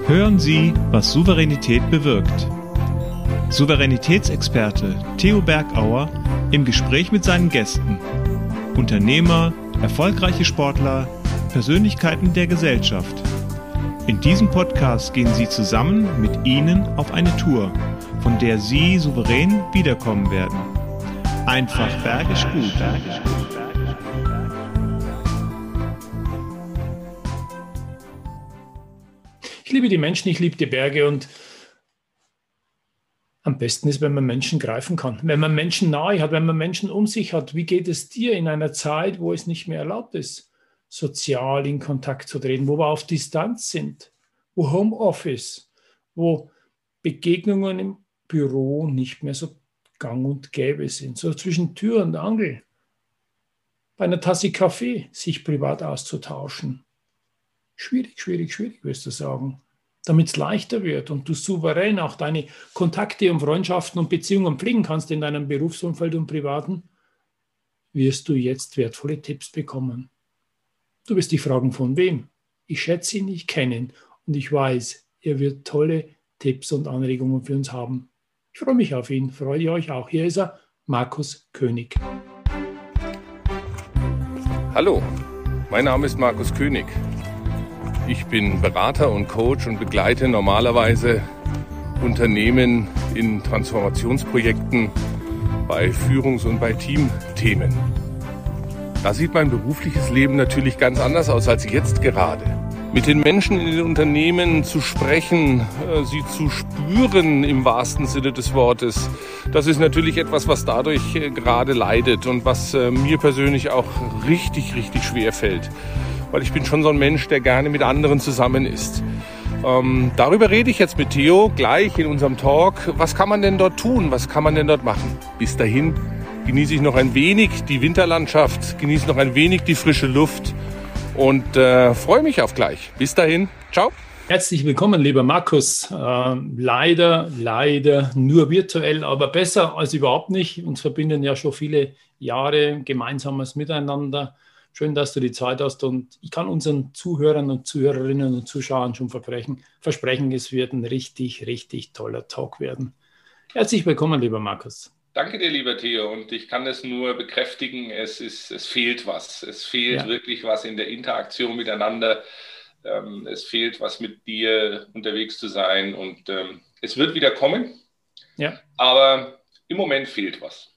Hören Sie, was Souveränität bewirkt. Souveränitätsexperte Theo Bergauer im Gespräch mit seinen Gästen. Unternehmer, erfolgreiche Sportler, Persönlichkeiten der Gesellschaft. In diesem Podcast gehen Sie zusammen mit Ihnen auf eine Tour, von der Sie souverän wiederkommen werden. Einfach bergisch gut. Ich liebe die Menschen, ich liebe die Berge und am besten ist, wenn man Menschen greifen kann, wenn man Menschen nahe hat, wenn man Menschen um sich hat. Wie geht es dir in einer Zeit, wo es nicht mehr erlaubt ist, sozial in Kontakt zu treten, wo wir auf Distanz sind, wo Homeoffice, wo Begegnungen im Büro nicht mehr so gang und gäbe sind, so zwischen Tür und Angel, bei einer Tasse Kaffee sich privat auszutauschen. Schwierig, wirst du sagen. Damit es leichter wird und du souverän auch deine Kontakte und Freundschaften und Beziehungen pflegen kannst in deinem Berufsumfeld und Privaten, wirst du jetzt wertvolle Tipps bekommen. Du wirst dich fragen, von wem? Ich schätze ihn, ich kenne ihn und ich weiß, er wird tolle Tipps und Anregungen für uns haben. Ich freue mich auf ihn, freue ich euch auch. Hier ist er, Markus König. Hallo, mein Name ist Markus König. Ich bin Berater und Coach und begleite normalerweise Unternehmen in Transformationsprojekten bei Führungs- und bei Teamthemen. Da sieht mein berufliches Leben natürlich ganz anders aus als jetzt gerade. Mit den Menschen in den Unternehmen zu sprechen, sie zu spüren im wahrsten Sinne des Wortes, das ist natürlich etwas, was dadurch gerade leidet und was mir persönlich auch richtig schwer fällt. Weil ich bin schon so ein Mensch, der gerne mit anderen zusammen ist. Darüber rede ich jetzt mit Theo gleich in unserem Talk. Was kann man denn dort tun? Was kann man denn dort machen? Bis dahin genieße ich noch ein wenig die Winterlandschaft, genieße noch ein wenig die frische Luft und freue mich auf gleich. Bis dahin, ciao. Herzlich willkommen, lieber Markus. Leider nur virtuell, aber besser als überhaupt nicht. Uns verbinden ja schon viele Jahre gemeinsames Miteinander. Schön, dass du die Zeit hast und ich kann unseren Zuhörern und Zuhörerinnen und Zuschauern schon versprechen, es wird ein richtig toller Talk werden. Herzlich willkommen, lieber Markus. Danke dir, lieber Theo, und ich kann es nur bekräftigen, es fehlt was. Es fehlt wirklich was in der Interaktion miteinander. Es fehlt was, mit dir unterwegs zu sein und es wird wieder kommen, aber im Moment fehlt was.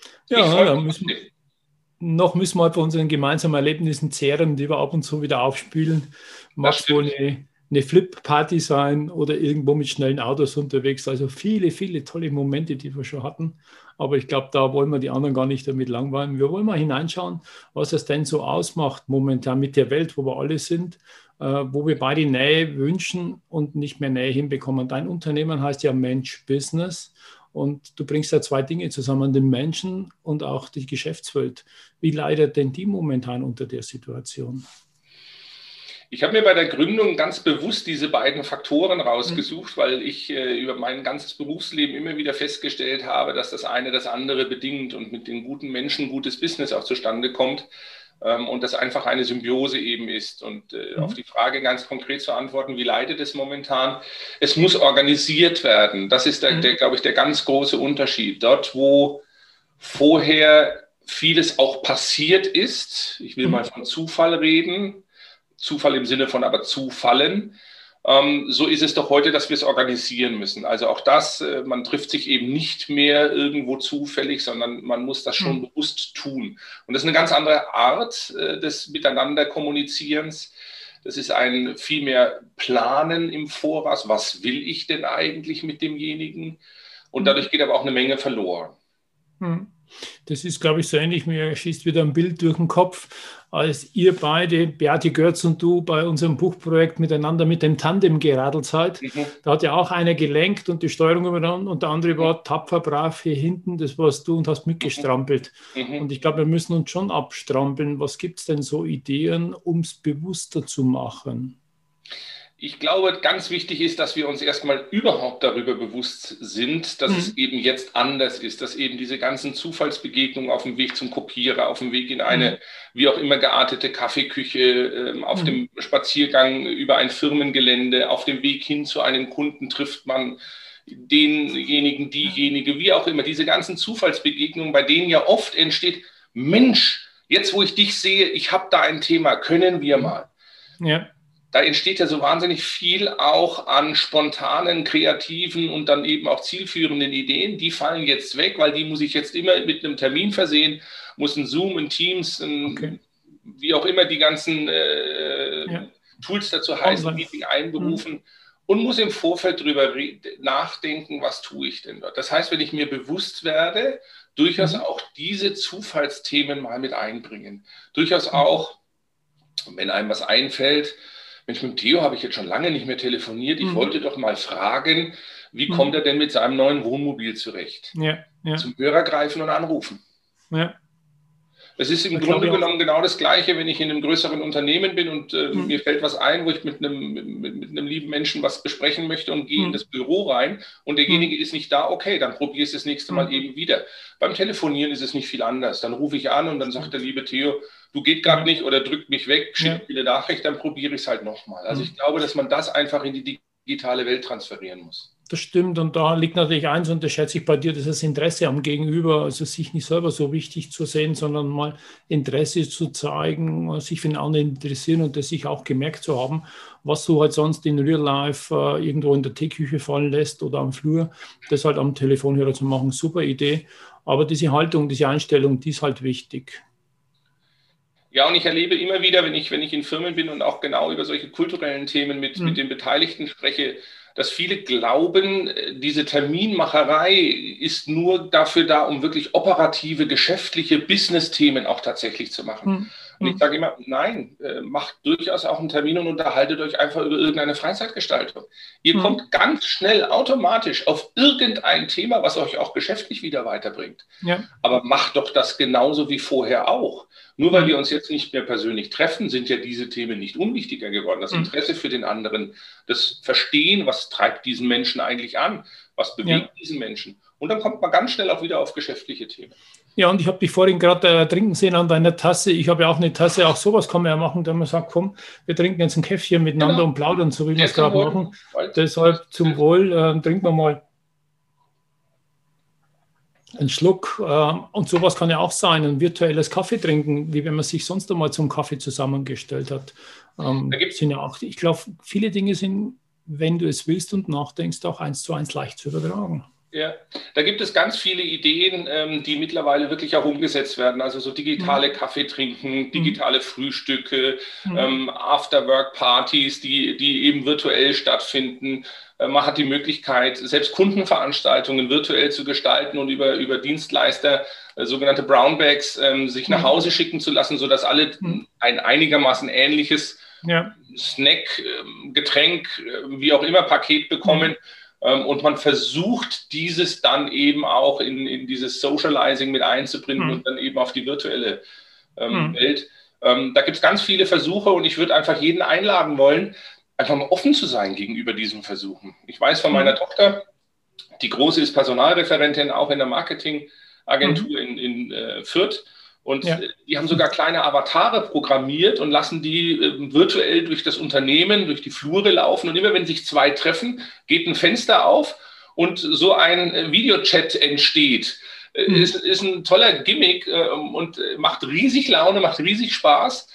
Noch müssen wir halt von unseren gemeinsamen Erlebnissen zehren, die wir ab und zu wieder aufspülen. Mag es wohl eine Flip-Party sein oder irgendwo mit schnellen Autos unterwegs. Also viele tolle Momente, die wir schon hatten. Aber ich glaube, da wollen wir die anderen gar nicht damit langweilen. Wir wollen mal hineinschauen, was es denn so ausmacht momentan mit der Welt, wo wir alle sind, wo wir beide Nähe wünschen und nicht mehr Nähe hinbekommen. Dein Unternehmen heißt ja Mensch Business. Und du bringst ja zwei Dinge zusammen, den Menschen und auch die Geschäftswelt. Wie leidet denn die momentan unter der Situation? Ich habe mir bei der Gründung ganz bewusst diese beiden Faktoren rausgesucht, weil ich über mein ganzes Berufsleben immer wieder festgestellt habe, dass das eine das andere bedingt und mit den guten Menschen gutes Business auch zustande kommt. Und das einfach eine Symbiose eben ist. Und auf die Frage ganz konkret zu antworten, wie leidet es momentan? Es muss organisiert werden. Das ist, glaube ich, der ganz große Unterschied. Dort, wo vorher vieles auch passiert ist, ich will mal von Zufall reden, Zufall im Sinne von aber Zufallen, so ist es doch heute, dass wir es organisieren müssen. Also auch das, man trifft sich eben nicht mehr irgendwo zufällig, sondern man muss das schon bewusst tun. Und das ist eine ganz andere Art des Miteinander-Kommunizierens. Das ist ein viel mehr Planen im Voraus. Was will ich denn eigentlich mit demjenigen? Und dadurch geht aber auch eine Menge verloren. Das ist, glaube ich, so ähnlich, mir schießt wieder ein Bild durch den Kopf, als ihr beide, Beate Görz und du, bei unserem Buchprojekt miteinander mit dem Tandem geradelt seid. Da hat ja auch einer gelenkt und die Steuerung übernommen und der andere war tapfer, brav hier hinten, das warst du und hast mitgestrampelt. Und ich glaube, wir müssen uns schon abstrampeln. Was gibt es denn so Ideen, um es bewusster zu machen? Ich glaube, ganz wichtig ist, dass wir uns erstmal überhaupt darüber bewusst sind, dass es eben jetzt anders ist, dass eben diese ganzen Zufallsbegegnungen auf dem Weg zum Kopierer, auf dem Weg in eine wie auch immer geartete Kaffeeküche, auf dem Spaziergang über ein Firmengelände, auf dem Weg hin zu einem Kunden trifft man denjenigen, diejenige, wie auch immer, diese ganzen Zufallsbegegnungen, bei denen ja oft entsteht, Mensch, jetzt wo ich dich sehe, ich habe da ein Thema, können wir mal. Ja. Da entsteht ja so wahnsinnig viel auch an spontanen, kreativen und dann eben auch zielführenden Ideen. Die fallen jetzt weg, weil die muss ich jetzt immer mit einem Termin versehen, muss ein Zoom, ein Teams, wie auch immer die ganzen Tools dazu heißen, Meeting einberufen und muss im Vorfeld darüber nachdenken, was tue ich denn dort. Das heißt, wenn ich mir bewusst werde, durchaus auch diese Zufallsthemen mal mit einbringen. Durchaus auch, wenn einem was einfällt, Mensch, mit Theo habe ich jetzt schon lange nicht mehr telefoniert. Ich wollte doch mal fragen, wie kommt er denn mit seinem neuen Wohnmobil zurecht? Zum Hörer greifen und anrufen. Es ist im Grunde genommen genau das Gleiche, wenn ich in einem größeren Unternehmen bin und mir fällt was ein, wo ich mit einem lieben Menschen was besprechen möchte und gehe in das Büro rein und derjenige ist nicht da, okay, dann probiere ich es das nächste Mal eben wieder. Beim Telefonieren ist es nicht viel anders. Dann rufe ich an und dann sagt der liebe Theo, du geht gerade nicht oder drückt mich weg, schickt mir eine Nachricht, dann probiere ich es halt nochmal. Also ich glaube, dass man das einfach in die digitale Welt transferieren muss. Das stimmt und da liegt natürlich eins, und das schätze ich bei dir, das ist das Interesse am Gegenüber, also sich nicht selber so wichtig zu sehen, sondern mal Interesse zu zeigen, sich für den anderen interessieren und das sich auch gemerkt zu haben, was du halt sonst in Real Life irgendwo in der Teeküche fallen lässt oder am Flur, das halt am Telefonhörer zu machen, super Idee. Aber diese Haltung, diese Einstellung, die ist halt wichtig. Ja, und ich erlebe immer wieder, wenn ich in Firmen bin und auch genau über solche kulturellen Themen mit den Beteiligten spreche, dass viele glauben, diese Terminmacherei ist nur dafür da, um wirklich operative, geschäftliche Business-Themen auch tatsächlich zu machen. Und ich sage immer, nein, macht durchaus auch einen Termin und unterhaltet euch einfach über irgendeine Freizeitgestaltung. Ihr kommt ganz schnell automatisch auf irgendein Thema, was euch auch geschäftlich wieder weiterbringt. Aber macht doch das genauso wie vorher auch. Nur weil wir uns jetzt nicht mehr persönlich treffen, sind ja diese Themen nicht unwichtiger geworden. Das Interesse für den anderen, das Verstehen, was treibt diesen Menschen eigentlich an, was bewegt diesen Menschen. Und dann kommt man ganz schnell auch wieder auf geschäftliche Themen. Ja, und ich habe dich vorhin gerade trinken sehen an deiner Tasse. Ich habe ja auch eine Tasse, auch sowas kann man ja machen, wenn man sagt, komm, wir trinken jetzt ein Käffchen miteinander und plaudern, so wie wir es gerade machen. Deshalb zum Wohl, trinken wir mal einen Schluck. Und sowas kann ja auch sein, ein virtuelles Kaffee trinken, wie wenn man sich sonst einmal zum Kaffee zusammengestellt hat. Sind ja auch, ich glaube, viele Dinge sind, wenn du es willst und nachdenkst, auch 1:1 leicht zu übertragen. Ja, da gibt es ganz viele Ideen, die mittlerweile wirklich auch umgesetzt werden. Also so digitale Kaffee trinken, digitale Frühstücke, After-Work-Partys, die eben virtuell stattfinden. Man hat die Möglichkeit, selbst Kundenveranstaltungen virtuell zu gestalten und über Dienstleister, sogenannte Brownbags, sich nach Hause schicken zu lassen, sodass alle ein einigermaßen ähnliches Snack, Getränk, wie auch immer Paket bekommen. Und man versucht, dieses dann eben auch in dieses Socializing mit einzubringen und dann eben auf die virtuelle Welt. Da gibt es ganz viele Versuche und ich würde einfach jeden einladen wollen, einfach mal offen zu sein gegenüber diesen Versuchen. Ich weiß von meiner Tochter, die Große ist Personalreferentin, auch in der Marketingagentur in Fürth. Und die haben sogar kleine Avatare programmiert und lassen die virtuell durch das Unternehmen, durch die Flure laufen. Und immer wenn sich zwei treffen, geht ein Fenster auf und so ein Videochat entsteht. Ist ein toller Gimmick und macht riesig Laune, macht riesig Spaß.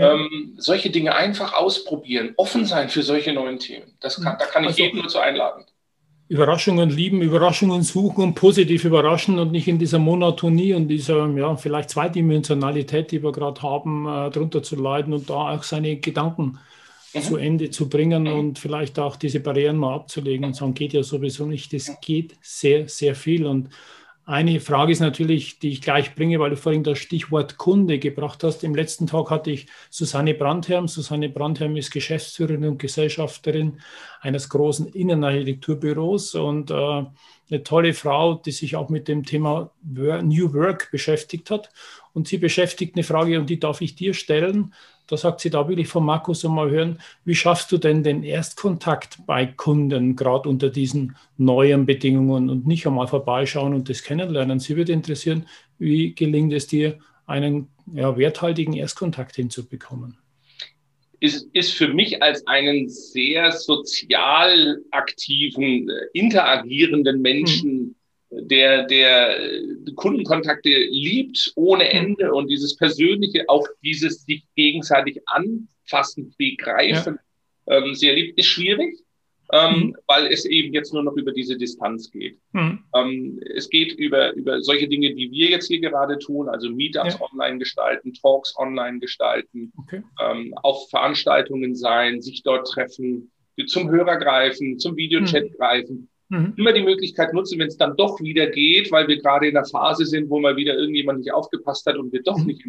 Solche Dinge einfach ausprobieren, offen sein für solche neuen Themen. Da kann ich jeden nur zu einladen. Überraschungen lieben, Überraschungen suchen und positiv überraschen und nicht in dieser Monotonie und dieser vielleicht Zweidimensionalität, die wir gerade haben, drunter zu leiden und da auch seine Gedanken zu Ende zu bringen und vielleicht auch diese Barrieren mal abzulegen und sagen, geht ja sowieso nicht. Das geht sehr, sehr viel. Und eine Frage ist natürlich, die ich gleich bringe, weil du vorhin das Stichwort Kunde gebracht hast. Im letzten Tag hatte ich Susanne Brandherm. Susanne Brandherm ist Geschäftsführerin und Gesellschafterin eines großen Innenarchitekturbüros und eine tolle Frau, die sich auch mit dem Thema New Work beschäftigt hat. und sie beschäftigt eine Frage und die darf ich dir stellen. Da sagt sie, da will ich von Markus einmal hören, wie schaffst du denn den Erstkontakt bei Kunden, gerade unter diesen neuen Bedingungen und nicht einmal vorbeischauen und das kennenlernen. Sie würde interessieren, wie gelingt es dir, einen werthaltigen Erstkontakt hinzubekommen? Ist für mich als einen sehr sozial aktiven, interagierenden Menschen, der Kundenkontakte liebt ohne Ende und dieses Persönliche, auch dieses sich gegenseitig anfassen, begreifen, sehr liebt, ist schwierig, weil es eben jetzt nur noch über diese Distanz geht. Es geht über solche Dinge, die wir jetzt hier gerade tun, also Meetups online gestalten, Talks online gestalten, auf Veranstaltungen sein, sich dort treffen, zum Hörer greifen, zum Videochat greifen. Immer die Möglichkeit nutzen, wenn es dann doch wieder geht, weil wir gerade in einer Phase sind, wo mal wieder irgendjemand nicht aufgepasst hat und wir doch nicht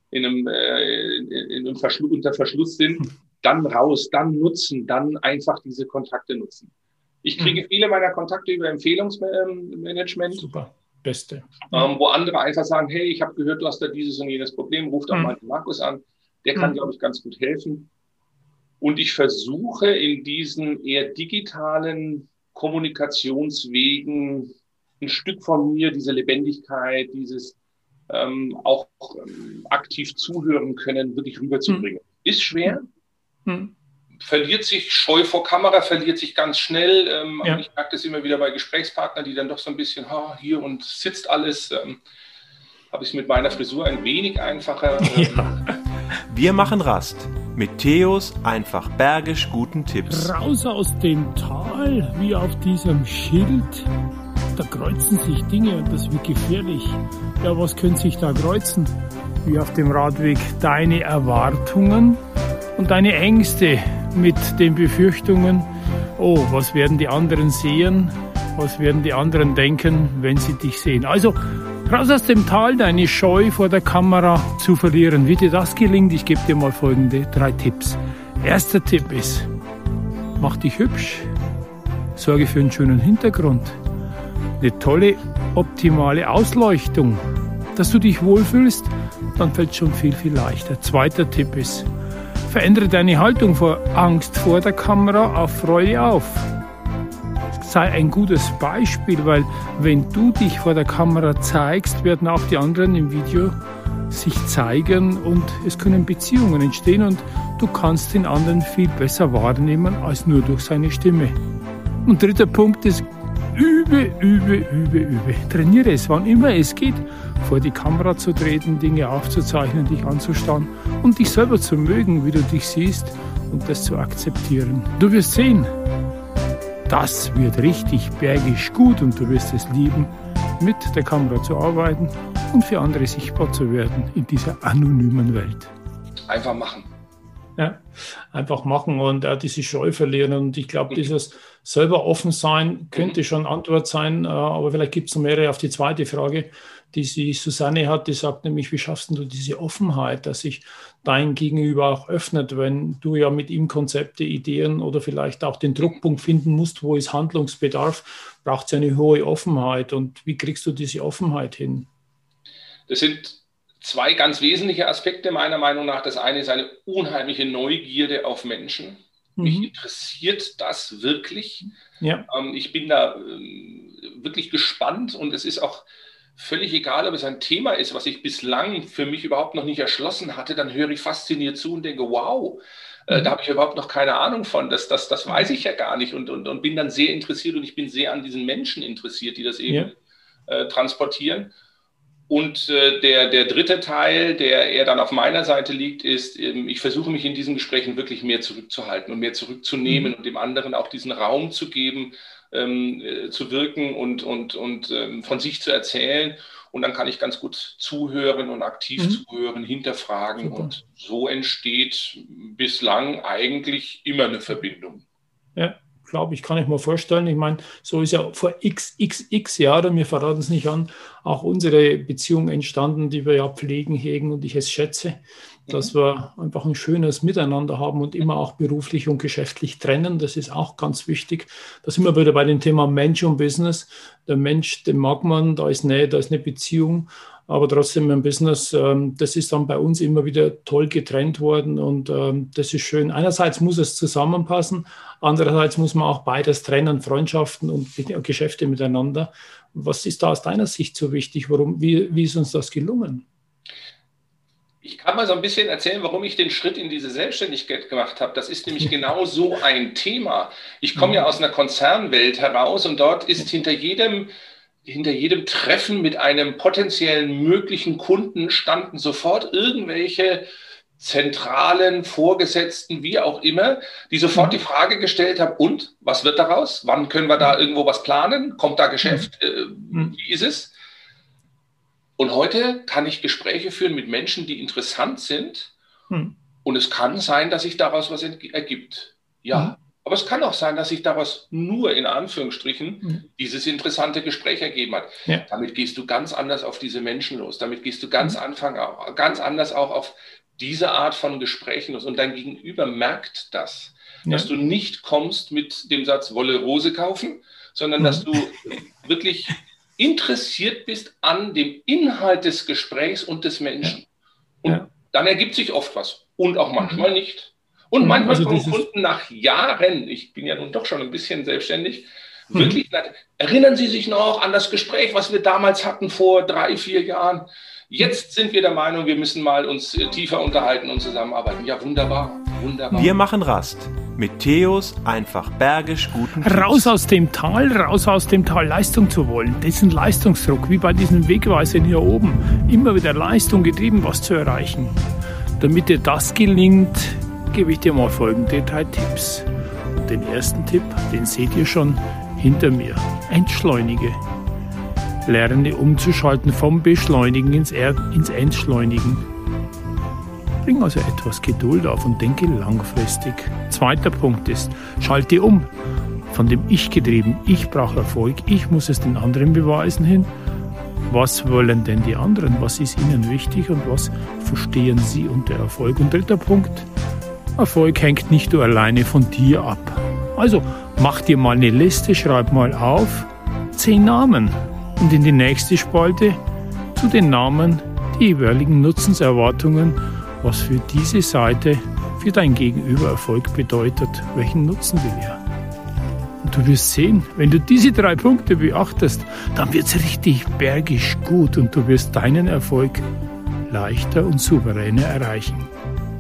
unter Verschluss sind, dann raus, dann nutzen, dann einfach diese Kontakte nutzen. Ich kriege viele meiner Kontakte über Empfehlungsmanagement. Super, beste. Wo andere einfach sagen, hey, ich habe gehört, du hast da dieses und jenes Problem, ruf doch mal den Markus an. Der kann, glaube ich, ganz gut helfen. Und ich versuche in diesen eher digitalen Kommunikationswegen ein Stück von mir, diese Lebendigkeit, dieses auch aktiv zuhören können, wirklich rüberzubringen. Ist schwer, verliert sich, Scheu vor Kamera verliert sich ganz schnell. Aber ich merke das immer wieder bei Gesprächspartnern, die dann doch so ein bisschen, hier und sitzt alles. Habe ich es mit meiner Frisur ein wenig einfacher. Wir machen Rast mit Theos einfach bergisch guten Tipps. Raus aus dem Tal, wie auf diesem Schild. Da kreuzen sich Dinge und das wird gefährlich. Ja, was könnte sich da kreuzen? Wie auf dem Radweg deine Erwartungen und deine Ängste mit den Befürchtungen, oh, was werden die anderen sehen? Was werden die anderen denken, wenn sie dich sehen? Also, raus aus dem Tal, deine Scheu vor der Kamera zu verlieren. Wie dir das gelingt, ich gebe dir mal folgende 3 Tipps. Erster Tipp ist, mach dich hübsch, sorge für einen schönen Hintergrund, eine tolle, optimale Ausleuchtung, dass du dich wohlfühlst, dann fällt es schon viel, viel leichter. Zweiter Tipp ist, verändere deine Haltung vor Angst vor der Kamera auf Freude auf. Sei ein gutes Beispiel, weil wenn du dich vor der Kamera zeigst, werden auch die anderen im Video sich zeigen und es können Beziehungen entstehen und du kannst den anderen viel besser wahrnehmen als nur durch seine Stimme. Und dritter Punkt ist, übe. Trainiere es, wann immer es geht, vor die Kamera zu treten, Dinge aufzuzeichnen, dich anzustarren und dich selber zu mögen, wie du dich siehst und das zu akzeptieren. Du wirst sehen, das wird richtig bergisch gut und du wirst es lieben, mit der Kamera zu arbeiten und für andere sichtbar zu werden in dieser anonymen Welt. Einfach machen. Ja, einfach machen und diese Scheu verlieren. Und ich glaube, dieses selber offen sein könnte schon Antwort sein, aber vielleicht gibt es noch mehrere auf die zweite Frage, die Susanne hat, die sagt nämlich, wie schaffst du diese Offenheit, dass sich dein Gegenüber auch öffnet, wenn du ja mit ihm Konzepte, Ideen oder vielleicht auch den Druckpunkt finden musst, wo ist Handlungsbedarf, braucht es eine hohe Offenheit. Und wie kriegst du diese Offenheit hin? Das sind 2 ganz wesentliche Aspekte meiner Meinung nach. Das eine ist eine unheimliche Neugierde auf Menschen. Mich interessiert das wirklich. Ja. Ich bin da wirklich gespannt und es ist auch völlig egal, ob es ein Thema ist, was ich bislang für mich überhaupt noch nicht erschlossen hatte, dann höre ich fasziniert zu und denke, wow, da habe ich überhaupt noch keine Ahnung von, das weiß ich ja gar nicht und bin dann sehr interessiert und ich bin sehr an diesen Menschen interessiert, die das eben transportieren. Und der dritte Teil, der eher dann auf meiner Seite liegt, ist, ich versuche mich in diesen Gesprächen wirklich mehr zurückzuhalten und mehr zurückzunehmen und dem anderen auch diesen Raum zu geben, zu wirken und von sich zu erzählen. Und dann kann ich ganz gut zuhören und aktiv zuhören, hinterfragen. Super. Und so entsteht bislang eigentlich immer eine Verbindung. Ja, glaube ich, kann ich mir vorstellen. Ich meine, so ist ja vor xxx Jahren, wir verraten es nicht an, auch unsere Beziehung entstanden, die wir ja pflegen, hegen und ich es schätze, dass wir einfach ein schönes Miteinander haben und immer auch beruflich und geschäftlich trennen. Das ist auch ganz wichtig. Da sind wir wieder bei dem Thema Mensch und Business. Der Mensch, den mag man, da ist Nähe, da ist eine Beziehung. Aber trotzdem im Business, das ist dann bei uns immer wieder toll getrennt worden und das ist schön. Einerseits muss es zusammenpassen, andererseits muss man auch beides trennen, Freundschaften und Geschäfte miteinander. Was ist da aus deiner Sicht so wichtig? Wie ist uns das gelungen? Ich kann mal so ein bisschen erzählen, warum ich den Schritt in diese Selbstständigkeit gemacht habe. Das ist nämlich genau so ein Thema. Ich komme ja aus einer Konzernwelt heraus und dort ist hinter jedem Treffen mit einem potenziellen möglichen Kunden standen sofort irgendwelche zentralen Vorgesetzten, wie auch immer, die sofort die Frage gestellt haben, und was wird daraus? Wann können wir da irgendwo was planen? Kommt da Geschäft? Wie ist es? Und heute kann ich Gespräche führen mit Menschen, die interessant sind. Und es kann sein, dass sich daraus was ergibt. Ja, aber es kann auch sein, dass sich daraus nur in Anführungsstrichen dieses interessante Gespräch ergeben hat. Ja. Damit gehst du ganz anders auf diese Menschen los. Damit gehst du ganz anders auch auf diese Art von Gesprächen los. Und dein Gegenüber merkt das, dass du nicht kommst mit dem Satz, wolle Rose kaufen, sondern dass du wirklich interessiert bist an dem Inhalt des Gesprächs und des Menschen. Und dann ergibt sich oft was. Und auch manchmal nicht. Und manchmal kommen Kunden nach Jahren, ich bin ja nun doch schon ein bisschen selbstständig, wirklich, erinnern Sie sich noch an das Gespräch, was wir damals hatten vor 3-4 Jahren? Jetzt sind wir der Meinung, wir müssen mal uns tiefer unterhalten und zusammenarbeiten. Ja, wunderbar, wunderbar. Wir machen Rast mit Theos einfach bergisch guten Tipps. Raus aus dem Tal Leistung zu wollen. Das ist ein Leistungsdruck, wie bei diesen Wegweisern hier oben. Immer wieder Leistung getrieben, was zu erreichen. Damit dir das gelingt, gebe ich dir mal folgende 3 Tipps. Und den ersten Tipp, den seht ihr schon hinter mir. Entschleunige. Lerne umzuschalten vom Beschleunigen ins Entschleunigen. Bring also etwas Geduld auf und denke langfristig. Zweiter Punkt ist, schalte um. Von dem Ich getrieben, ich brauche Erfolg, ich muss es den anderen beweisen hin. Was wollen denn die anderen? Was ist ihnen wichtig und was verstehen sie unter Erfolg? Und dritter Punkt, Erfolg hängt nicht nur alleine von dir ab. Also mach dir mal eine Liste, schreib mal auf 10 Namen und in die nächste Spalte zu den Namen die jeweiligen Nutzenserwartungen, was für diese Seite für dein Gegenüber Erfolg bedeutet, welchen Nutzen will er. Und du wirst sehen, wenn du diese 3 Punkte beachtest, dann wird es richtig bergisch gut und du wirst deinen Erfolg leichter und souveräner erreichen.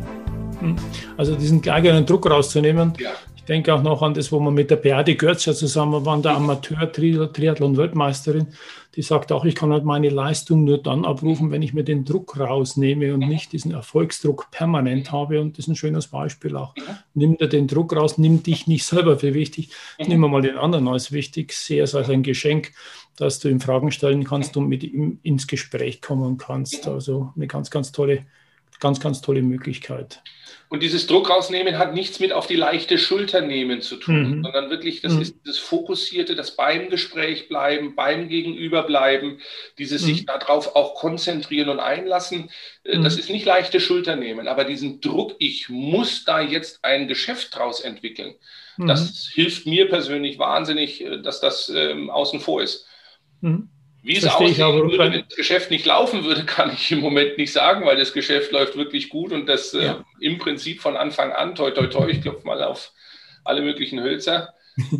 Also diesen eigenen Druck rauszunehmen. Ja. Ich denke auch noch an das, wo wir mit der Beate Görzer zusammen waren, der Amateur-Triathlon-Weltmeisterin, die sagt auch, ich kann halt meine Leistung nur dann abrufen, wenn ich mir den Druck rausnehme und nicht diesen Erfolgsdruck permanent habe. Und das ist ein schönes Beispiel auch. Nimm dir den Druck raus, nimm dich nicht selber für wichtig, nimm mal den anderen als wichtig, sehe es als ein Geschenk, dass du ihm Fragen stellen kannst und mit ihm ins Gespräch kommen kannst. Also eine ganz, ganz tolle Möglichkeit. Und dieses Druck rausnehmen hat nichts mit auf die leichte Schulter nehmen zu tun, sondern wirklich, das ist das Fokussierte, das beim Gespräch bleiben, beim Gegenüber bleiben, dieses sich darauf auch konzentrieren und einlassen. Das ist nicht leichte Schulter nehmen, aber diesen Druck, ich muss da jetzt ein Geschäft draus entwickeln, das hilft mir persönlich wahnsinnig, dass das außen vor ist. Wie es aussehen würde, wenn das Geschäft nicht laufen würde, kann ich im Moment nicht sagen, weil das Geschäft läuft wirklich gut und das im Prinzip von Anfang an, toi, toi, toi, ich klopfe mal auf alle möglichen Hölzer,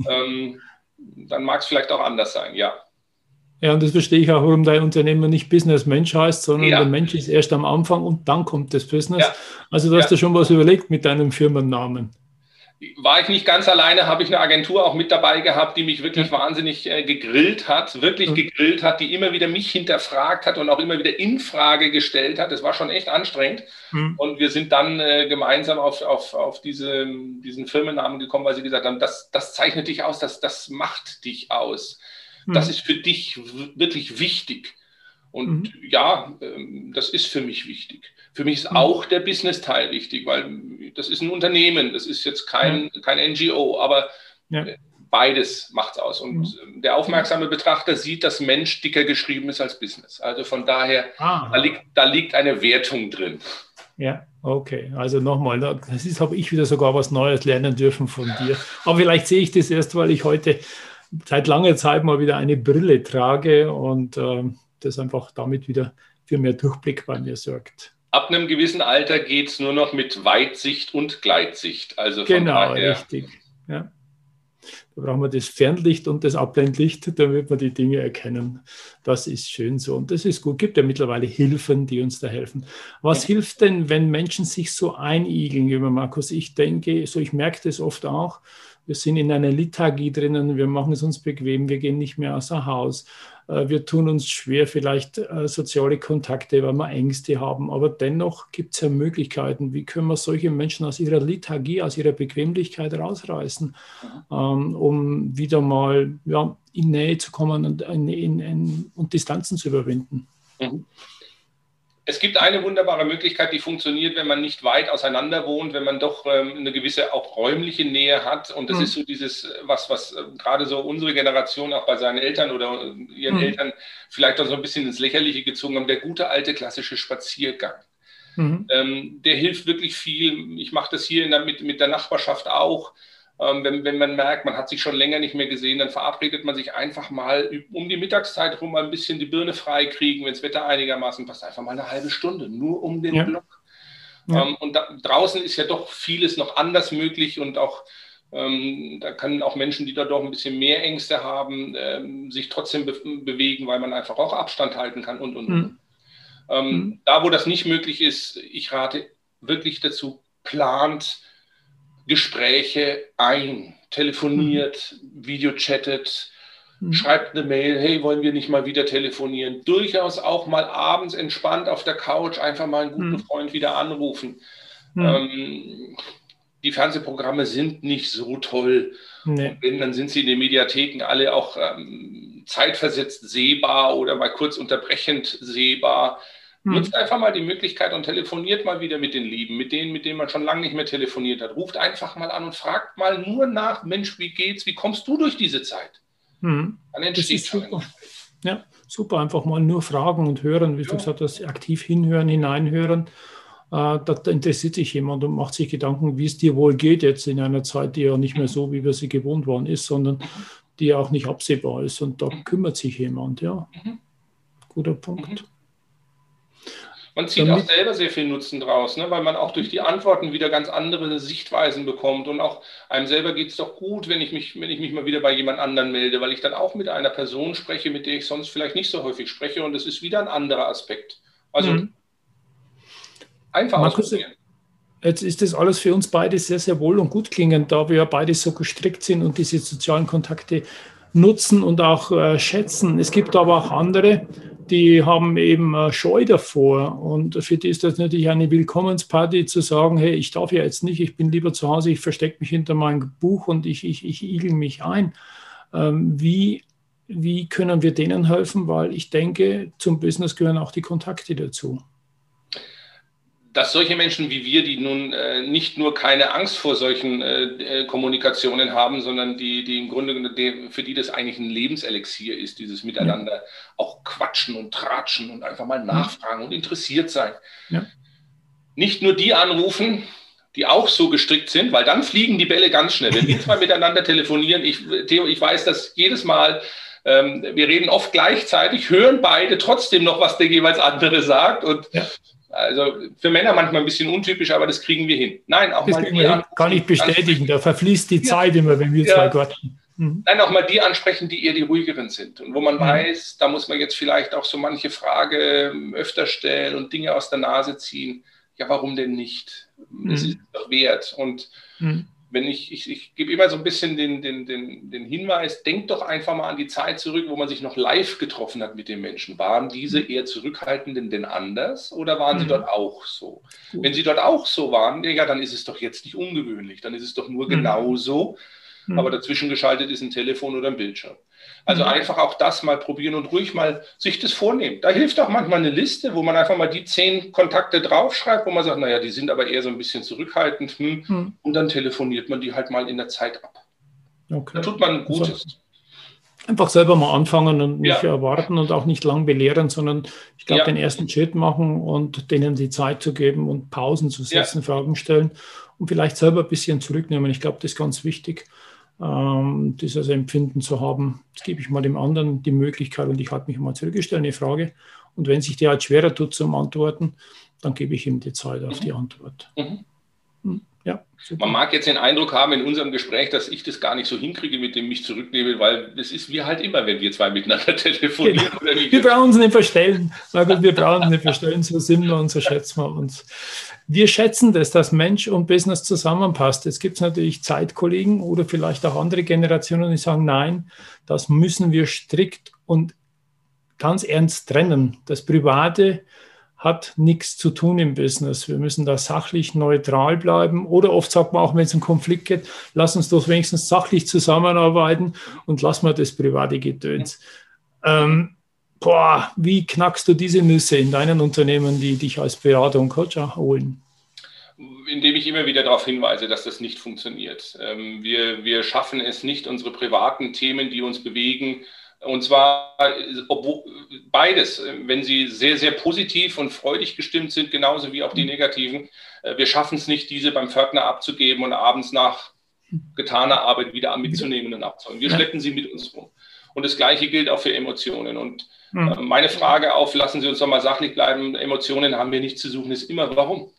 dann mag es vielleicht auch anders sein, ja. Ja, und das verstehe ich auch, warum dein Unternehmen nicht Business Mensch heißt, sondern der Mensch ist erst am Anfang und dann kommt das Business. Ja. Also du hast dir schon was überlegt mit deinem Firmennamen. War ich nicht ganz alleine, habe ich eine Agentur auch mit dabei gehabt, die mich wirklich wahnsinnig gegrillt hat, die immer wieder mich hinterfragt hat und auch immer wieder in Frage gestellt hat. Das war schon echt anstrengend. Und wir sind dann gemeinsam auf diesen Firmennamen gekommen, weil sie gesagt haben, das zeichnet dich aus, das macht dich aus. Das ist für dich wirklich wichtig. Und das ist für mich wichtig. Für mich ist auch der Business-Teil wichtig, weil das ist ein Unternehmen, das ist jetzt kein NGO, aber beides macht es aus. Und der aufmerksame Betrachter sieht, dass Mensch dicker geschrieben ist als Business. Also von daher, da liegt eine Wertung drin. Ja, okay. Also nochmal, habe ich wieder sogar was Neues lernen dürfen von dir. Aber vielleicht sehe ich das erst, weil ich heute seit langer Zeit mal wieder eine Brille trage und das einfach damit wieder für mehr Durchblick bei mir sorgt. Ab einem gewissen Alter geht es nur noch mit Weitsicht und Gleitsicht. Also von Genau, daher. richtig. Ja. Da brauchen wir das Fernlicht und das Abblendlicht, damit wir die Dinge erkennen. Das ist schön so und das ist gut. Es gibt ja mittlerweile Hilfen, die uns da helfen. Was hilft denn, wenn Menschen sich so einigeln, lieber Markus? Ich denke, ich merke das oft auch, wir sind in einer Lethargie drinnen, wir machen es uns bequem, wir gehen nicht mehr außer Haus. Wir tun uns schwer, vielleicht soziale Kontakte, weil wir Ängste haben. Aber dennoch gibt es ja Möglichkeiten. Wie können wir solche Menschen aus ihrer Lethargie, aus ihrer Bequemlichkeit rausreißen, um wieder mal in Nähe zu kommen und Distanzen zu überwinden? Mhm. Es gibt eine wunderbare Möglichkeit, die funktioniert, wenn man nicht weit auseinander wohnt, wenn man doch eine gewisse auch räumliche Nähe hat. Und das ist so dieses, was gerade so unsere Generation auch bei seinen Eltern oder ihren Eltern vielleicht auch so ein bisschen ins Lächerliche gezogen haben, der gute alte klassische Spaziergang. Der hilft wirklich viel. Ich mache das hier mit der Nachbarschaft auch. Wenn man merkt, man hat sich schon länger nicht mehr gesehen, dann verabredet man sich einfach mal um die Mittagszeit rum mal ein bisschen die Birne frei kriegen, wenn das Wetter einigermaßen passt, einfach mal eine halbe Stunde, nur um den Block. Und draußen ist ja doch vieles noch anders möglich und auch da können auch Menschen, die da doch ein bisschen mehr Ängste haben, sich trotzdem bewegen, weil man einfach auch Abstand halten kann und. Da, wo das nicht möglich ist, ich rate wirklich dazu, plant Gespräche ein, telefoniert, Videochattet, schreibt eine Mail, hey, wollen wir nicht mal wieder telefonieren? Durchaus auch mal abends entspannt auf der Couch einfach mal einen guten Freund wieder anrufen. Die Fernsehprogramme sind nicht so toll. Nee. Und wenn, dann sind sie in den Mediatheken alle auch zeitversetzt sehbar oder mal kurz unterbrechend sehbar. Nutzt einfach mal die Möglichkeit und telefoniert mal wieder mit den Lieben, mit denen man schon lange nicht mehr telefoniert hat. Ruft einfach mal an und fragt mal nur nach, Mensch, wie geht's? Wie kommst du durch diese Zeit? Dann entsteht schon ein Gespräch. Ja, super. Einfach mal nur fragen und hören, wie du gesagt hast, aktiv hinhören, hineinhören. Da interessiert sich jemand und macht sich Gedanken, wie es dir wohl geht jetzt in einer Zeit, die ja nicht mehr so, wie wir sie gewohnt waren, ist, sondern die ja auch nicht absehbar ist. Und da kümmert sich jemand, ja. Guter Punkt. Man zieht auch selber sehr viel Nutzen draus, ne? Weil man auch durch die Antworten wieder ganz andere Sichtweisen bekommt. Und auch einem selber geht es doch gut, wenn ich mich mal wieder bei jemand anderen melde, weil ich dann auch mit einer Person spreche, mit der ich sonst vielleicht nicht so häufig spreche. Und es ist wieder ein anderer Aspekt. Also einfach ausprobieren. Jetzt ist das alles für uns beide sehr, sehr wohl und gut klingend, da wir ja beide so gestrickt sind und diese sozialen Kontakte nutzen und auch schätzen. Es gibt aber auch andere, die haben eben Scheu davor und für die ist das natürlich eine Willkommensparty zu sagen, hey, ich darf ja jetzt nicht, ich bin lieber zu Hause, ich verstecke mich hinter meinem Buch und ich igel mich ein. Wie können wir denen helfen? Weil ich denke, zum Business gehören auch die Kontakte dazu. Dass solche Menschen wie wir, die nun nicht nur keine Angst vor solchen Kommunikationen haben, sondern die im Grunde, für die das eigentlich ein Lebenselixier ist, dieses Miteinander auch quatschen und tratschen und einfach mal nachfragen und interessiert sein. Ja. Nicht nur die anrufen, die auch so gestrickt sind, weil dann fliegen die Bälle ganz schnell. Wenn wir zwei miteinander telefonieren, Theo, ich weiß das jedes Mal, wir reden oft gleichzeitig, hören beide trotzdem noch, was der jeweils andere sagt und also für Männer manchmal ein bisschen untypisch, aber das kriegen wir hin. Nein, auch das mal die kann ich bestätigen, da verfließt die Zeit immer, wenn wir zwei quatschen. Nein, auch mal die ansprechen, die eher die ruhigeren sind. Und wo man weiß, da muss man jetzt vielleicht auch so manche Frage öfter stellen und Dinge aus der Nase ziehen. Ja, warum denn nicht? Es ist doch wert. Und wenn ich gebe immer so ein bisschen den Hinweis, denkt doch einfach mal an die Zeit zurück, wo man sich noch live getroffen hat mit den Menschen. Waren diese eher zurückhaltenden denn anders oder waren sie dort auch so? Wenn sie dort auch so waren, ja, dann ist es doch jetzt nicht ungewöhnlich. Dann ist es doch nur genauso. Aber dazwischen geschaltet ist ein Telefon oder ein Bildschirm. Also einfach auch das mal probieren und ruhig mal sich das vornehmen. Da hilft auch manchmal eine Liste, wo man einfach mal die 10 Kontakte draufschreibt, wo man sagt, naja, die sind aber eher so ein bisschen zurückhaltend. Und dann telefoniert man die halt mal in der Zeit ab. Okay. Da tut man Gutes. Also einfach selber mal anfangen und nicht erwarten und auch nicht lang belehren, sondern ich glaube, den ersten Schritt machen und denen die Zeit zu geben und Pausen zu setzen, Fragen stellen und vielleicht selber ein bisschen zurücknehmen. Ich glaube, das ist ganz wichtig. Dieses Empfinden zu haben, jetzt gebe ich mal dem anderen die Möglichkeit und ich halte mich mal zurück, stelle eine Frage Und wenn sich der halt schwerer tut zum Antworten, dann gebe ich ihm die Zeit auf die Antwort. Ja, super. Man mag jetzt den Eindruck haben in unserem Gespräch, dass ich das gar nicht so hinkriege, mit dem ich zurücknehme, weil das ist wie halt immer, wenn wir zwei miteinander telefonieren. Genau. Oder wir brauchen uns nicht verstellen. Wir brauchen uns nicht verstellen, so sind wir und so schätzen wir uns. Wir schätzen das, dass Mensch und Business zusammenpasst. Jetzt gibt es natürlich Zeitkollegen oder vielleicht auch andere Generationen, die sagen, nein, das müssen wir strikt und ganz ernst trennen. Das Private hat nichts zu tun im Business. Wir müssen da sachlich neutral bleiben. Oder oft sagt man auch, wenn es einen Konflikt gibt, lass uns doch wenigstens sachlich zusammenarbeiten und lass mal das private Gedöns. Wie knackst du diese Nüsse in deinen Unternehmen, die dich als Berater und Coach holen? Indem ich immer wieder darauf hinweise, dass das nicht funktioniert. Wir schaffen es nicht, unsere privaten Themen, die uns bewegen, und zwar beides, wenn sie sehr, sehr positiv und freudig gestimmt sind, genauso wie auch die negativen. Wir schaffen es nicht, diese beim Pförtner abzugeben und abends nach getaner Arbeit wieder mitzunehmen und abzuholen. Wir schleppen sie mit uns rum. Und das Gleiche gilt auch für Emotionen. Und meine Frage auf, lassen Sie uns doch mal sachlich bleiben, Emotionen haben wir nicht zu suchen, ist immer, warum?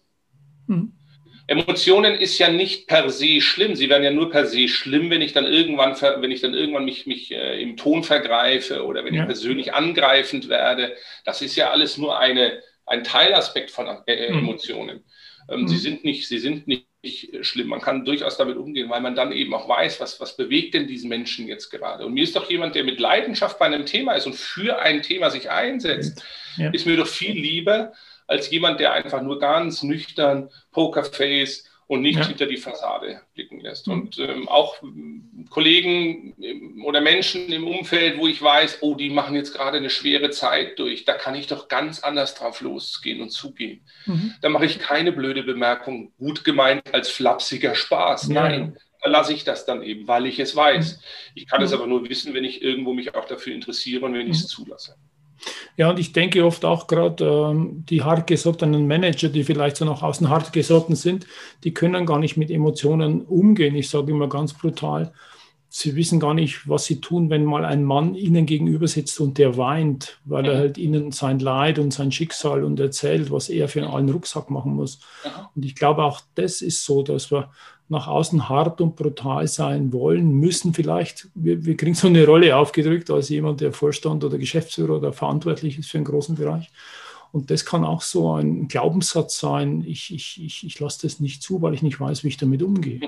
Emotionen ist ja nicht per se schlimm. Sie werden ja nur per se schlimm, wenn ich dann irgendwann mich im Ton vergreife oder wenn ich persönlich angreifend werde. Das ist ja alles nur ein Teilaspekt von Emotionen. Sie sind nicht schlimm. Man kann durchaus damit umgehen, weil man dann eben auch weiß, was bewegt denn diesen Menschen jetzt gerade. Und mir ist doch jemand, der mit Leidenschaft bei einem Thema ist und für ein Thema sich einsetzt, ist mir doch viel lieber, als jemand, der einfach nur ganz nüchtern Pokerface und nicht hinter die Fassade blicken lässt. Und auch Kollegen oder Menschen im Umfeld, wo ich weiß, oh, die machen jetzt gerade eine schwere Zeit durch, da kann ich doch ganz anders drauf losgehen und zugehen. Da mache ich keine blöde Bemerkung, gut gemeint als flapsiger Spaß. Nein, da lasse ich das dann eben, weil ich es weiß. Ich kann es aber nur wissen, wenn ich irgendwo mich auch dafür interessiere und wenn ich es zulasse. Ja, und ich denke oft auch gerade die hartgesottenen Manager, die vielleicht so nach außen hartgesotten sind, die können gar nicht mit Emotionen umgehen. Ich sage immer ganz brutal, sie wissen gar nicht, was sie tun, wenn mal ein Mann ihnen gegenüber sitzt und der weint, weil er halt ihnen sein Leid und sein Schicksal und erzählt, was er für einen Rucksack machen muss. Und ich glaube auch, das ist so, dass wir nach außen hart und brutal sein wollen, müssen vielleicht, wir kriegen so eine Rolle aufgedrückt als jemand, der Vorstand oder Geschäftsführer oder verantwortlich ist für einen großen Bereich. Und das kann auch so ein Glaubenssatz sein, ich lasse das nicht zu, weil ich nicht weiß, wie ich damit umgehe.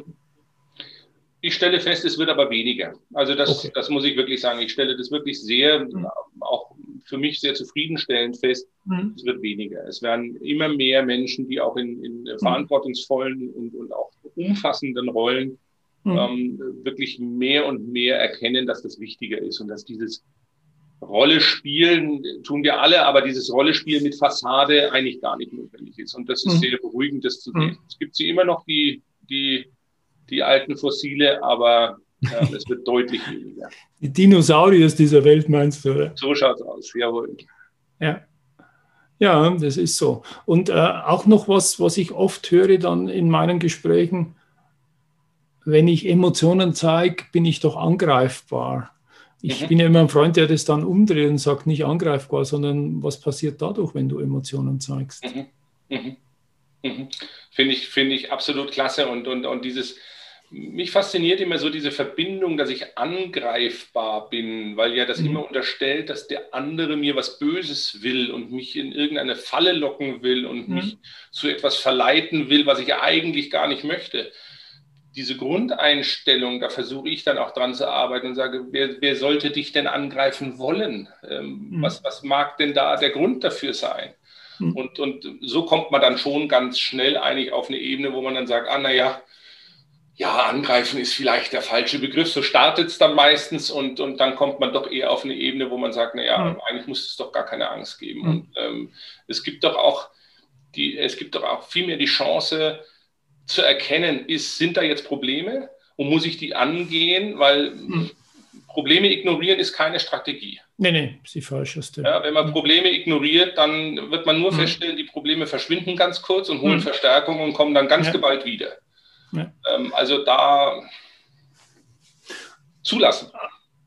Ich stelle fest, es wird aber weniger. Also das muss ich wirklich sagen. Ich stelle das wirklich sehr, auch für mich sehr zufriedenstellend fest, es wird weniger. Es werden immer mehr Menschen, die auch in verantwortungsvollen und auch umfassenden Rollen wirklich mehr und mehr erkennen, dass das wichtiger ist und dass dieses Rolle spielen, tun wir alle, aber dieses Rollespiel mit Fassade eigentlich gar nicht notwendig ist. Und das ist sehr beruhigend, das zu sehen. Es gibt sie immer noch, die alten Fossile, aber es wird deutlich weniger. Die Dinosaurier dieser Welt meinst du, oder? So schaut es aus, jawohl. Ja, das ist so. Und auch noch was ich oft höre dann in meinen Gesprächen, wenn ich Emotionen zeige, bin ich doch angreifbar. Ich bin ja immer ein Freund, der das dann umdreht und sagt, nicht angreifbar, sondern was passiert dadurch, wenn du Emotionen zeigst? Finde ich absolut klasse und mich fasziniert immer so diese Verbindung, dass ich angreifbar bin, weil ja das immer unterstellt, dass der andere mir was Böses will und mich in irgendeine Falle locken will und mich zu etwas verleiten will, was ich ja eigentlich gar nicht möchte. Diese Grundeinstellung, da versuche ich dann auch dran zu arbeiten und sage, wer sollte dich denn angreifen wollen? Was mag denn da der Grund dafür sein? Und so kommt man dann schon ganz schnell eigentlich auf eine Ebene, wo man dann sagt, angreifen ist vielleicht der falsche Begriff. So startet es dann meistens und dann kommt man doch eher auf eine Ebene, wo man sagt, eigentlich muss es doch gar keine Angst geben. Und es gibt doch auch vielmehr die Chance zu erkennen, sind da jetzt Probleme und muss ich die angehen, weil Probleme ignorieren ist keine Strategie. Nee, ist die falscheste. Ja, wenn man Probleme ignoriert, dann wird man nur feststellen, die Probleme verschwinden ganz kurz und holen Verstärkung und kommen dann ganz geballt wieder. Also da zulassen.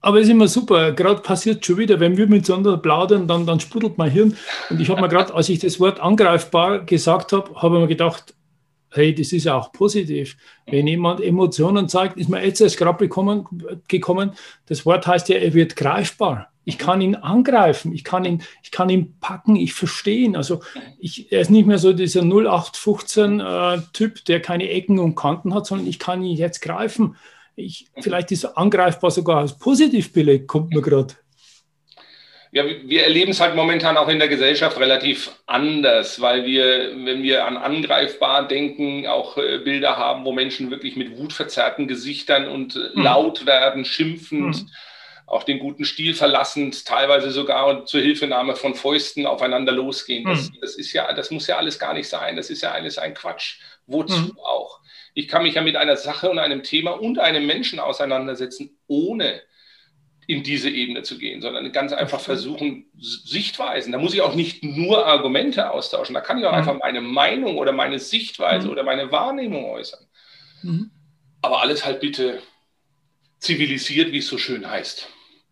Aber es ist immer super, gerade passiert schon wieder, wenn wir miteinander plaudern, dann sprudelt mein Hirn. Und ich habe mir gerade, als ich das Wort angreifbar gesagt habe, habe ich mir gedacht, hey, das ist ja auch positiv. Wenn jemand Emotionen zeigt, ist mir jetzt erst gerade gekommen, das Wort heißt ja, er wird greifbar. Ich kann ihn angreifen, ich kann ihn packen, ich verstehe ihn. Also er ist nicht mehr so dieser 0815-Typ, der keine Ecken und Kanten hat, sondern ich kann ihn jetzt greifen. Vielleicht ist angreifbar sogar als Positivbeleg, kommt mir gerade. Ja, wir erleben es halt momentan auch in der Gesellschaft relativ anders, weil wir, wenn wir an angreifbar denken, auch Bilder haben, wo Menschen wirklich mit wutverzerrten Gesichtern und laut werden, schimpfend, auch den guten Stil verlassend, teilweise sogar zur Hilfenahme von Fäusten aufeinander losgehen. Das muss ja alles gar nicht sein. Das ist ja alles ein Quatsch. Wozu auch? Ich kann mich ja mit einer Sache und einem Thema und einem Menschen auseinandersetzen, ohne in diese Ebene zu gehen, sondern ganz einfach versuchen, Sichtweisen. Da muss ich auch nicht nur Argumente austauschen. Da kann ich auch einfach meine Meinung oder meine Sichtweise oder meine Wahrnehmung äußern. Aber alles halt bitte zivilisiert, wie es so schön heißt.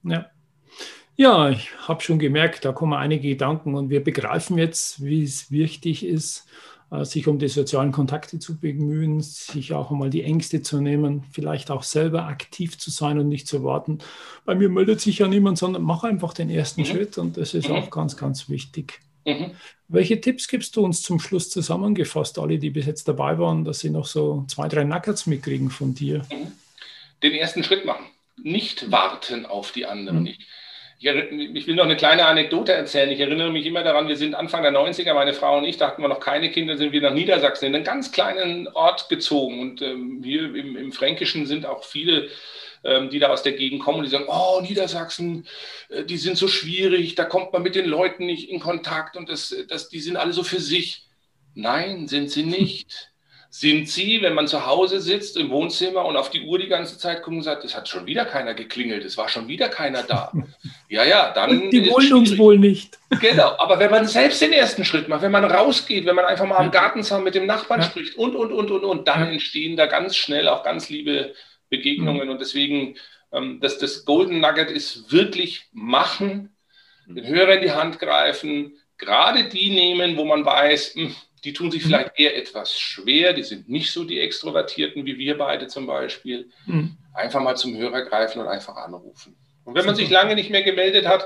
Ja, ich habe schon gemerkt, da kommen einige Gedanken und wir begreifen jetzt, wie es wichtig ist, sich um die sozialen Kontakte zu bemühen, sich auch einmal die Ängste zu nehmen, vielleicht auch selber aktiv zu sein und nicht zu warten. Bei mir meldet sich ja niemand, sondern mach einfach den ersten Schritt und das ist auch ganz, ganz wichtig. Welche Tipps gibst du uns zum Schluss zusammengefasst, alle, die bis jetzt dabei waren, dass sie noch so 2, 3 Nuggets mitkriegen von dir? Den ersten Schritt machen, nicht warten auf die anderen. Ich will noch eine kleine Anekdote erzählen. Ich erinnere mich immer daran, wir sind Anfang der 90er, meine Frau und ich, da hatten wir noch keine Kinder, sind wir nach Niedersachsen in einen ganz kleinen Ort gezogen. Und hier im Fränkischen sind auch viele, die da aus der Gegend kommen und die sagen, oh, Niedersachsen, die sind so schwierig, da kommt man mit den Leuten nicht in Kontakt und die sind alle so für sich. Nein, sind sie nicht. Sind sie, wenn man zu Hause sitzt im Wohnzimmer und auf die Uhr die ganze Zeit guckt und sagt, es hat schon wieder keiner geklingelt, es war schon wieder keiner da. Ja, dann die wollen uns wohl nicht. Genau, aber wenn man selbst den ersten Schritt macht, wenn man rausgeht, wenn man einfach mal am Gartenzaun mit dem Nachbarn spricht und, dann entstehen da ganz schnell auch ganz liebe Begegnungen. Und deswegen, das Golden Nugget ist wirklich machen, den Hörer in die Hand greifen, gerade die nehmen, wo man weiß, die tun sich vielleicht eher etwas schwer, die sind nicht so die Extrovertierten wie wir beide zum Beispiel. Einfach mal zum Hörer greifen und einfach anrufen. Und wenn man sich lange nicht mehr gemeldet hat,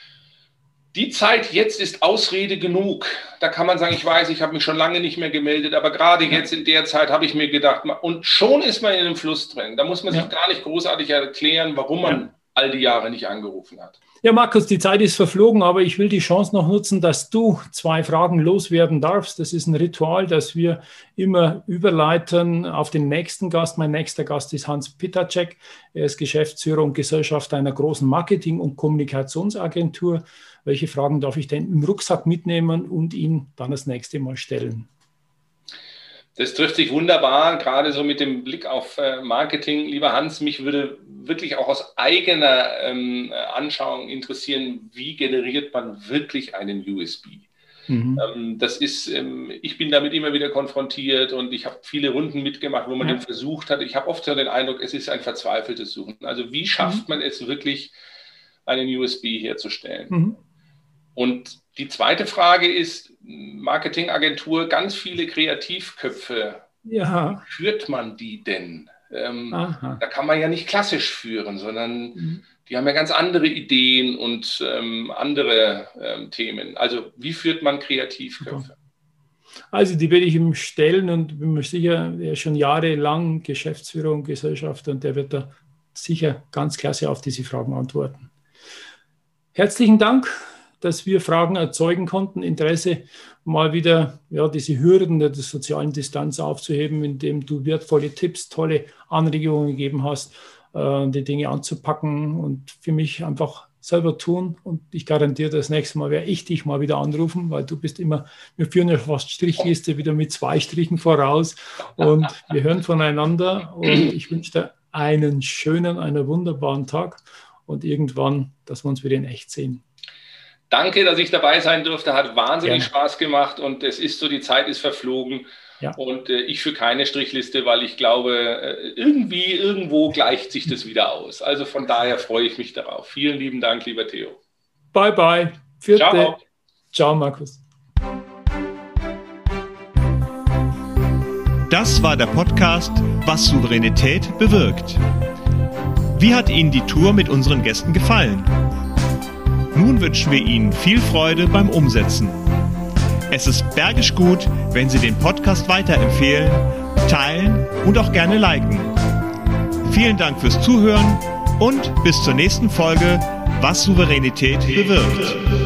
die Zeit jetzt ist Ausrede genug. Da kann man sagen, ich weiß, ich habe mich schon lange nicht mehr gemeldet, aber gerade jetzt in der Zeit habe ich mir gedacht, und schon ist man in einem Fluss drin. Da muss man sich gar nicht großartig erklären, warum man all die Jahre nicht angerufen hat. Ja, Markus, die Zeit ist verflogen, aber ich will die Chance noch nutzen, dass du 2 Fragen loswerden darfst. Das ist ein Ritual, das wir immer überleiten auf den nächsten Gast. Mein nächster Gast ist Hans Pitacek. Er ist Geschäftsführer und Gesellschafter einer großen Marketing- und Kommunikationsagentur. Welche Fragen darf ich denn im Rucksack mitnehmen und ihn dann das nächste Mal stellen? Das trifft sich wunderbar, gerade so mit dem Blick auf Marketing. Lieber Hans, mich würde wirklich auch aus eigener Anschauung interessieren, wie generiert man wirklich einen USP? Das ist, ich bin damit immer wieder konfrontiert und ich habe viele Runden mitgemacht, wo man den versucht hat. Ich habe oft so den Eindruck, es ist ein verzweifeltes Suchen. Also wie schafft man es wirklich, einen USP herzustellen? Und die zweite Frage ist, Marketingagentur, ganz viele Kreativköpfe. Ja. Führt man die denn? Da kann man ja nicht klassisch führen, sondern die haben ja ganz andere Ideen und andere Themen. Also wie führt man Kreativköpfe? Also die werde ich ihm stellen und bin mir sicher, er ist schon jahrelang Geschäftsführer und Gesellschafter und der wird da sicher ganz klasse auf diese Fragen antworten. Herzlichen Dank, dass wir Fragen erzeugen konnten, Interesse mal wieder diese Hürden der sozialen Distanz aufzuheben, indem du wertvolle Tipps, tolle Anregungen gegeben hast, die Dinge anzupacken und für mich einfach selber tun. Und ich garantiere, das nächste Mal werde ich dich mal wieder anrufen, weil du bist immer, wir führen ja fast Strichliste wieder mit 2 Strichen voraus und wir hören voneinander und ich wünsche dir einen wunderbaren Tag und irgendwann, dass wir uns wieder in echt sehen. Danke, dass ich dabei sein durfte. Hat wahnsinnig Spaß gemacht und es ist so, die Zeit ist verflogen. Ja. Und ich für keine Strichliste, weil ich glaube, irgendwo gleicht sich das wieder aus. Also von daher freue ich mich darauf. Vielen lieben Dank, lieber Theo. Bye, bye. Vierte. Ciao. Ciao, Markus. Das war der Podcast Was Souveränität bewirkt. Wie hat Ihnen die Tour mit unseren Gästen gefallen? Nun wünschen wir Ihnen viel Freude beim Umsetzen. Es ist bergisch gut, wenn Sie den Podcast weiterempfehlen, teilen und auch gerne liken. Vielen Dank fürs Zuhören und bis zur nächsten Folge Was Souveränität bewirkt.